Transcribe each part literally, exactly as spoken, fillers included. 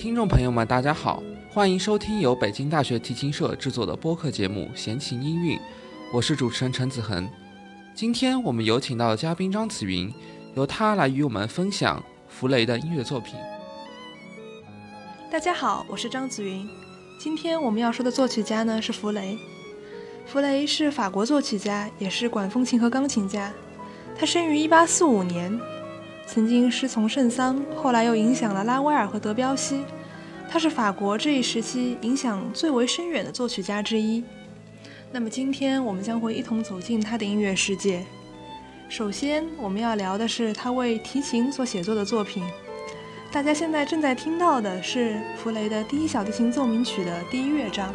听众朋友们大家好，欢迎收听由北京大学提琴社制作的播客节目《闲情音韵》，我是主持人陈子恒。今天我们有请到的嘉宾张子云，由他来与我们分享弗雷的音乐作品。 大家好，我是张子云。今天我们要说的作曲家呢是弗雷。弗雷是法国作曲家，也是管风琴和钢琴家。他生于一八四五年，曾经师从圣桑，后来又影响了拉威尔和德彪西。他是法国这一时期影响最为深远的作曲家之一。那么今天我们将会一同走进他的音乐世界。首先我们要聊的是他为提琴所写作的作品。大家现在正在听到的是弗雷的第一小提琴奏鸣曲的第一乐章。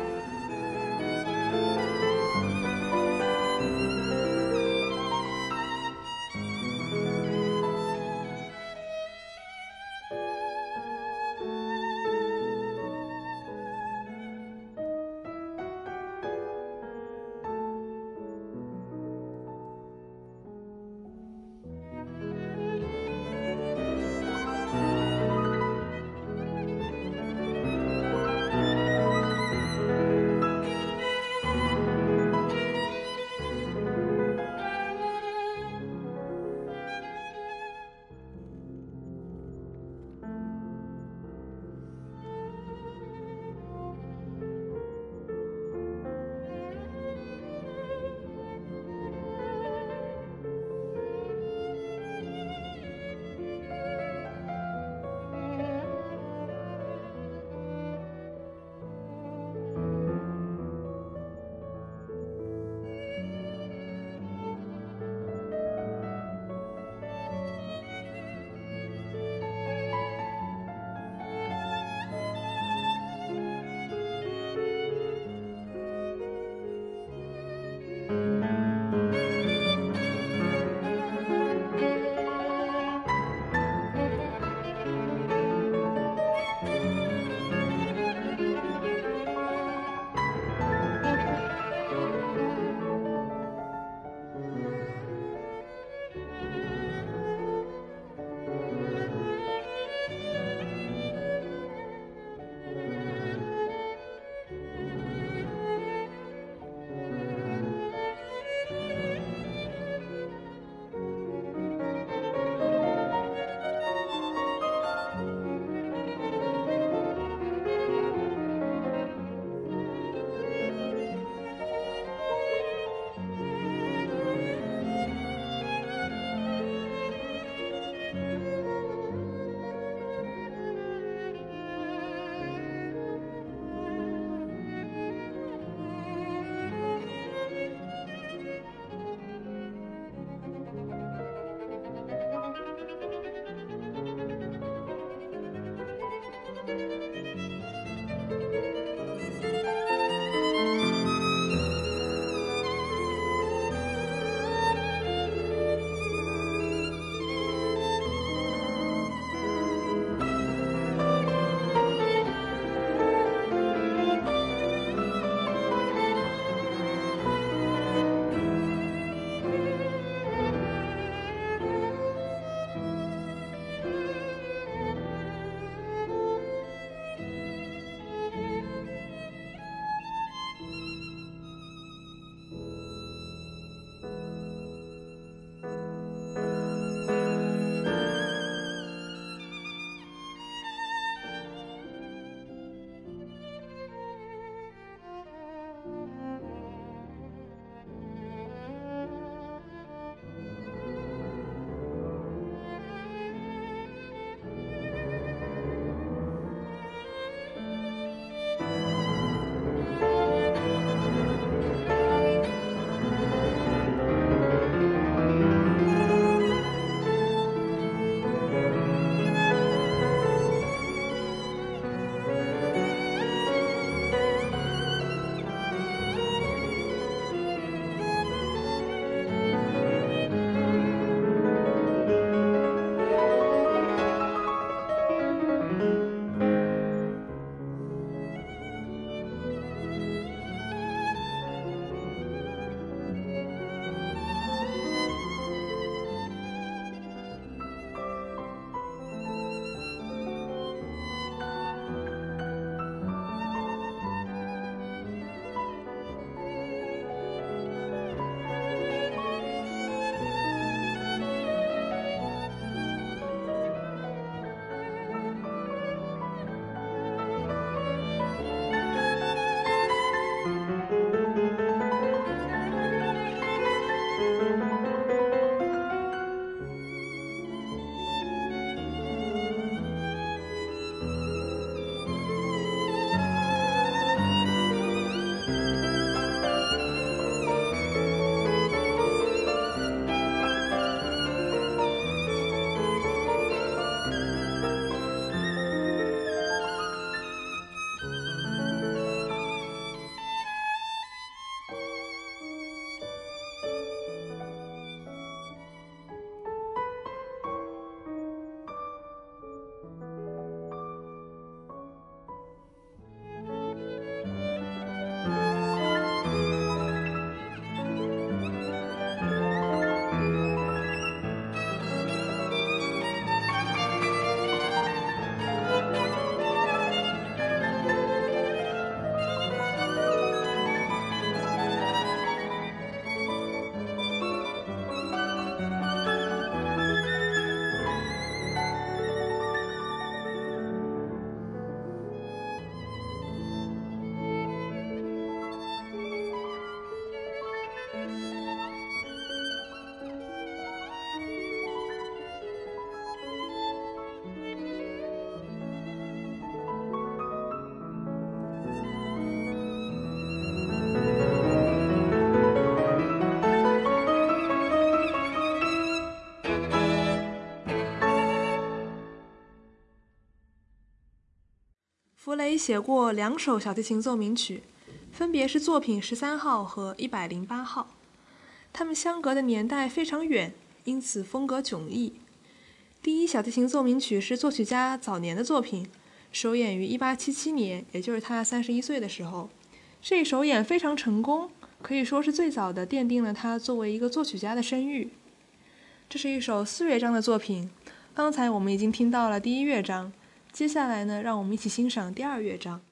弗雷写过两首小提琴奏鸣曲，分别是作品十三号和一百零八号。它们相隔的年代非常远，因此风格迥异。第一小提琴奏鸣曲是作曲家早年的作品，首演于一八七七年，也就是他三十一岁的时候。这一首演非常成功，可以说是最早的奠定了他作为一个作曲家的声誉。这是一首四乐章的作品，刚才我们已经听到了第一乐章，接下来呢，让我们一起欣赏第二乐章。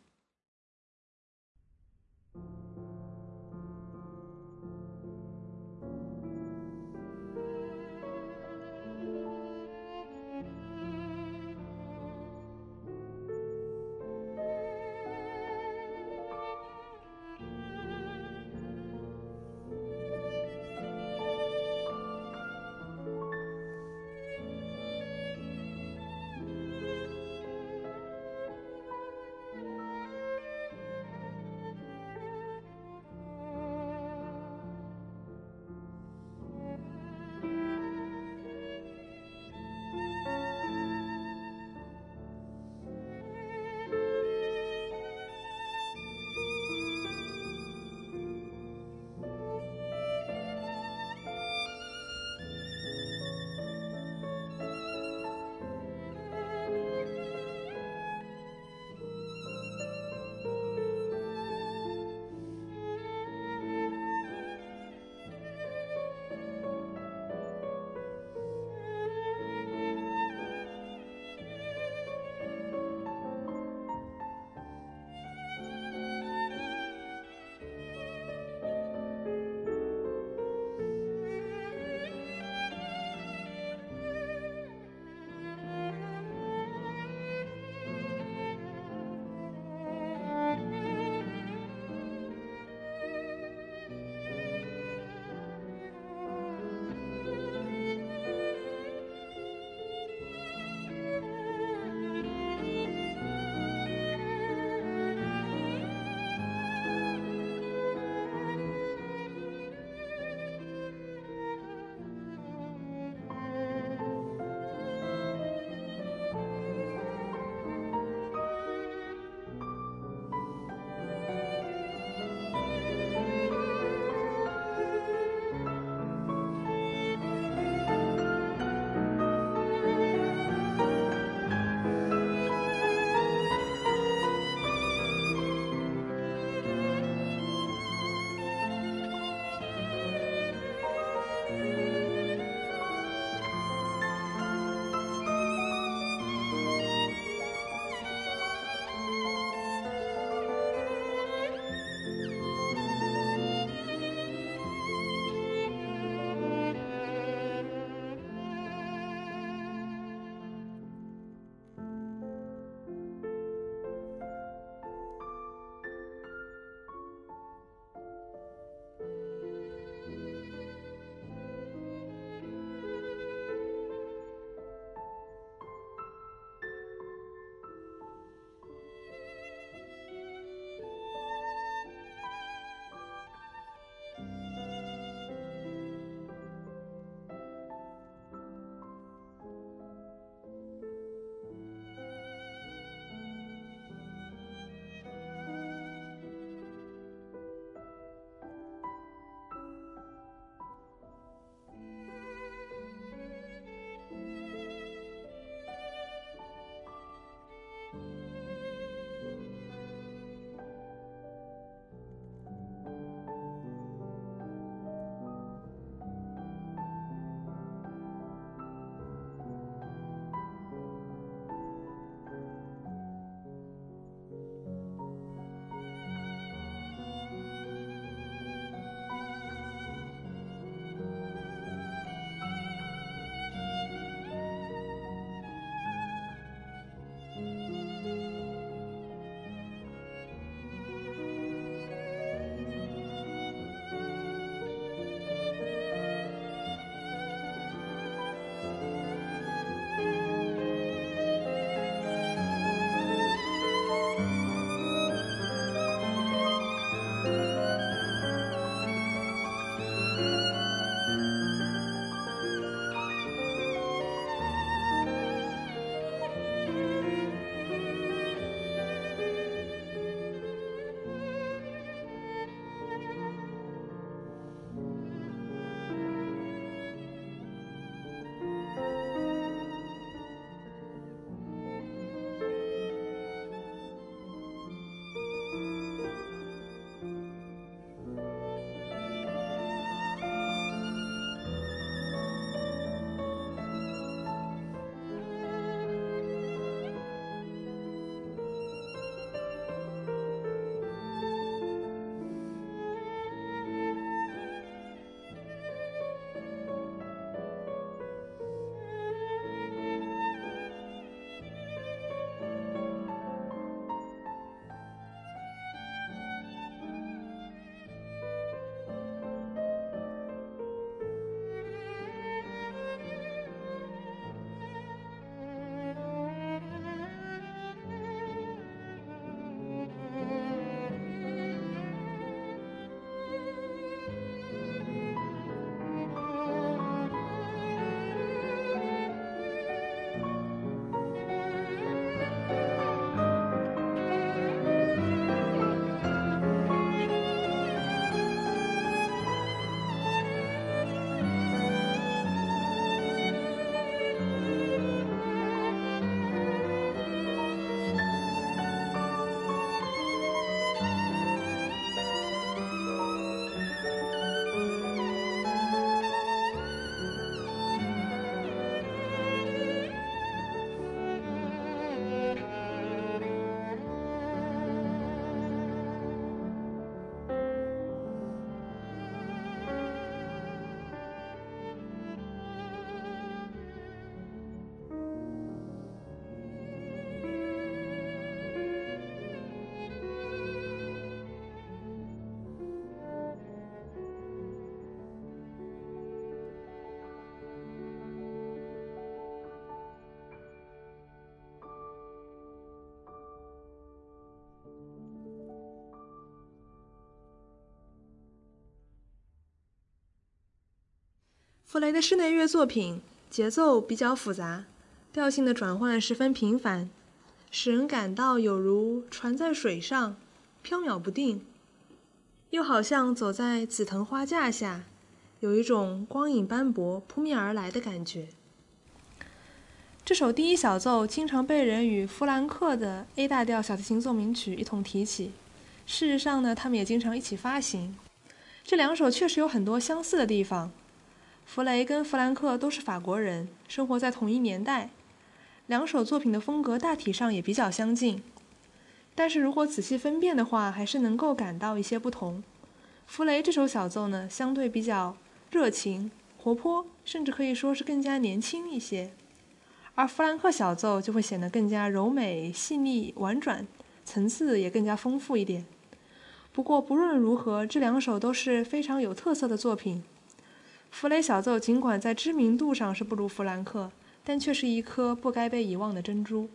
弗雷的室内乐作品节奏比较复杂，调性的转换十分频繁，使人感到有如船在水上，飘渺不定，又好像走在紫藤花架下，有一种光影斑驳扑面而来的感觉。这首第一小奏经常被人与弗兰克的 A 大调小提琴奏鸣曲一同提起，事实上呢，他们也经常一起发行。这两首确实有很多相似的地方。弗雷跟弗兰克都是法国人，生活在同一年代，两首作品的风格大体上也比较相近，但是如果仔细分辨的话，还是能够感到一些不同。弗雷这首小奏呢，相对比较热情、活泼，甚至可以说是更加年轻一些，而弗兰克小奏就会显得更加柔美、细腻、婉转，层次也更加丰富一点。不过不论如何，这两首都是非常有特色的作品。弗雷小奏尽管在知名度上是不如弗兰克，但却是一颗不该被遗忘的珍珠。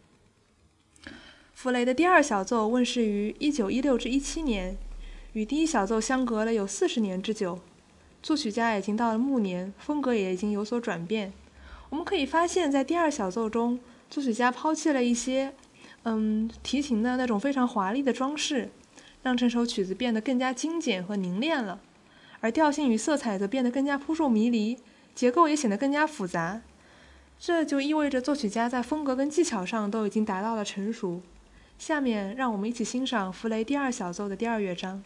弗雷的第二小奏问世于一九一六至一七年，与第一小奏相隔了有四十年之久。作曲家已经到了暮年，风格也已经有所转变。我们可以发现，在第二小奏中，作曲家抛弃了一些嗯提琴的那种非常华丽的装饰，让这首曲子变得更加精简和凝练了，而调性与色彩则变得更加扑朔迷离，结构也显得更加复杂。这就意味着作曲家在风格跟技巧上都已经达到了成熟。下面让我们一起欣赏弗雷第二小奏的第二乐章。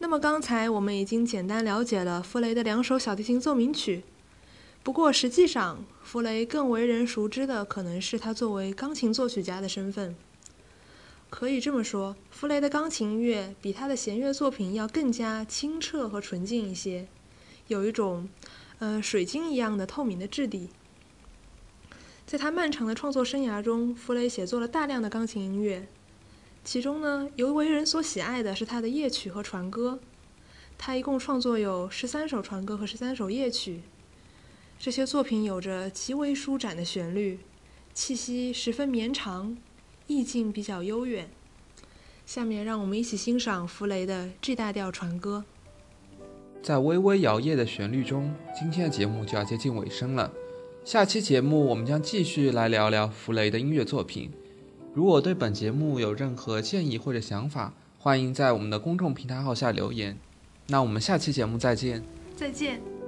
那么刚才我们已经简单了解了弗雷的两首小提琴奏鸣曲，不过实际上弗雷更为人熟知的可能是他作为钢琴作曲家的身份。可以这么说，弗雷的钢琴乐比他的弦乐作品要更加清澈和纯净一些，有一种呃水晶一样的透明的质地。在他漫长的创作生涯中，弗雷写作了大量的钢琴音乐，其中呢，尤为人所喜爱的是他的夜曲和船歌。他一共创作有十三首船歌和十三首夜曲，这些作品有着极为舒展的旋律，气息十分绵长，意境比较悠远。下面让我们一起欣赏弗雷的 G 大调船歌。 在微微摇曳的旋律中，今天的节目就要接近尾声了。下期节目我们将继续来聊聊弗雷的音乐作品。如果对本节目有任何建议或者想法，欢迎在我们的公众平台号下留言。那我们下期节目再见。 再见。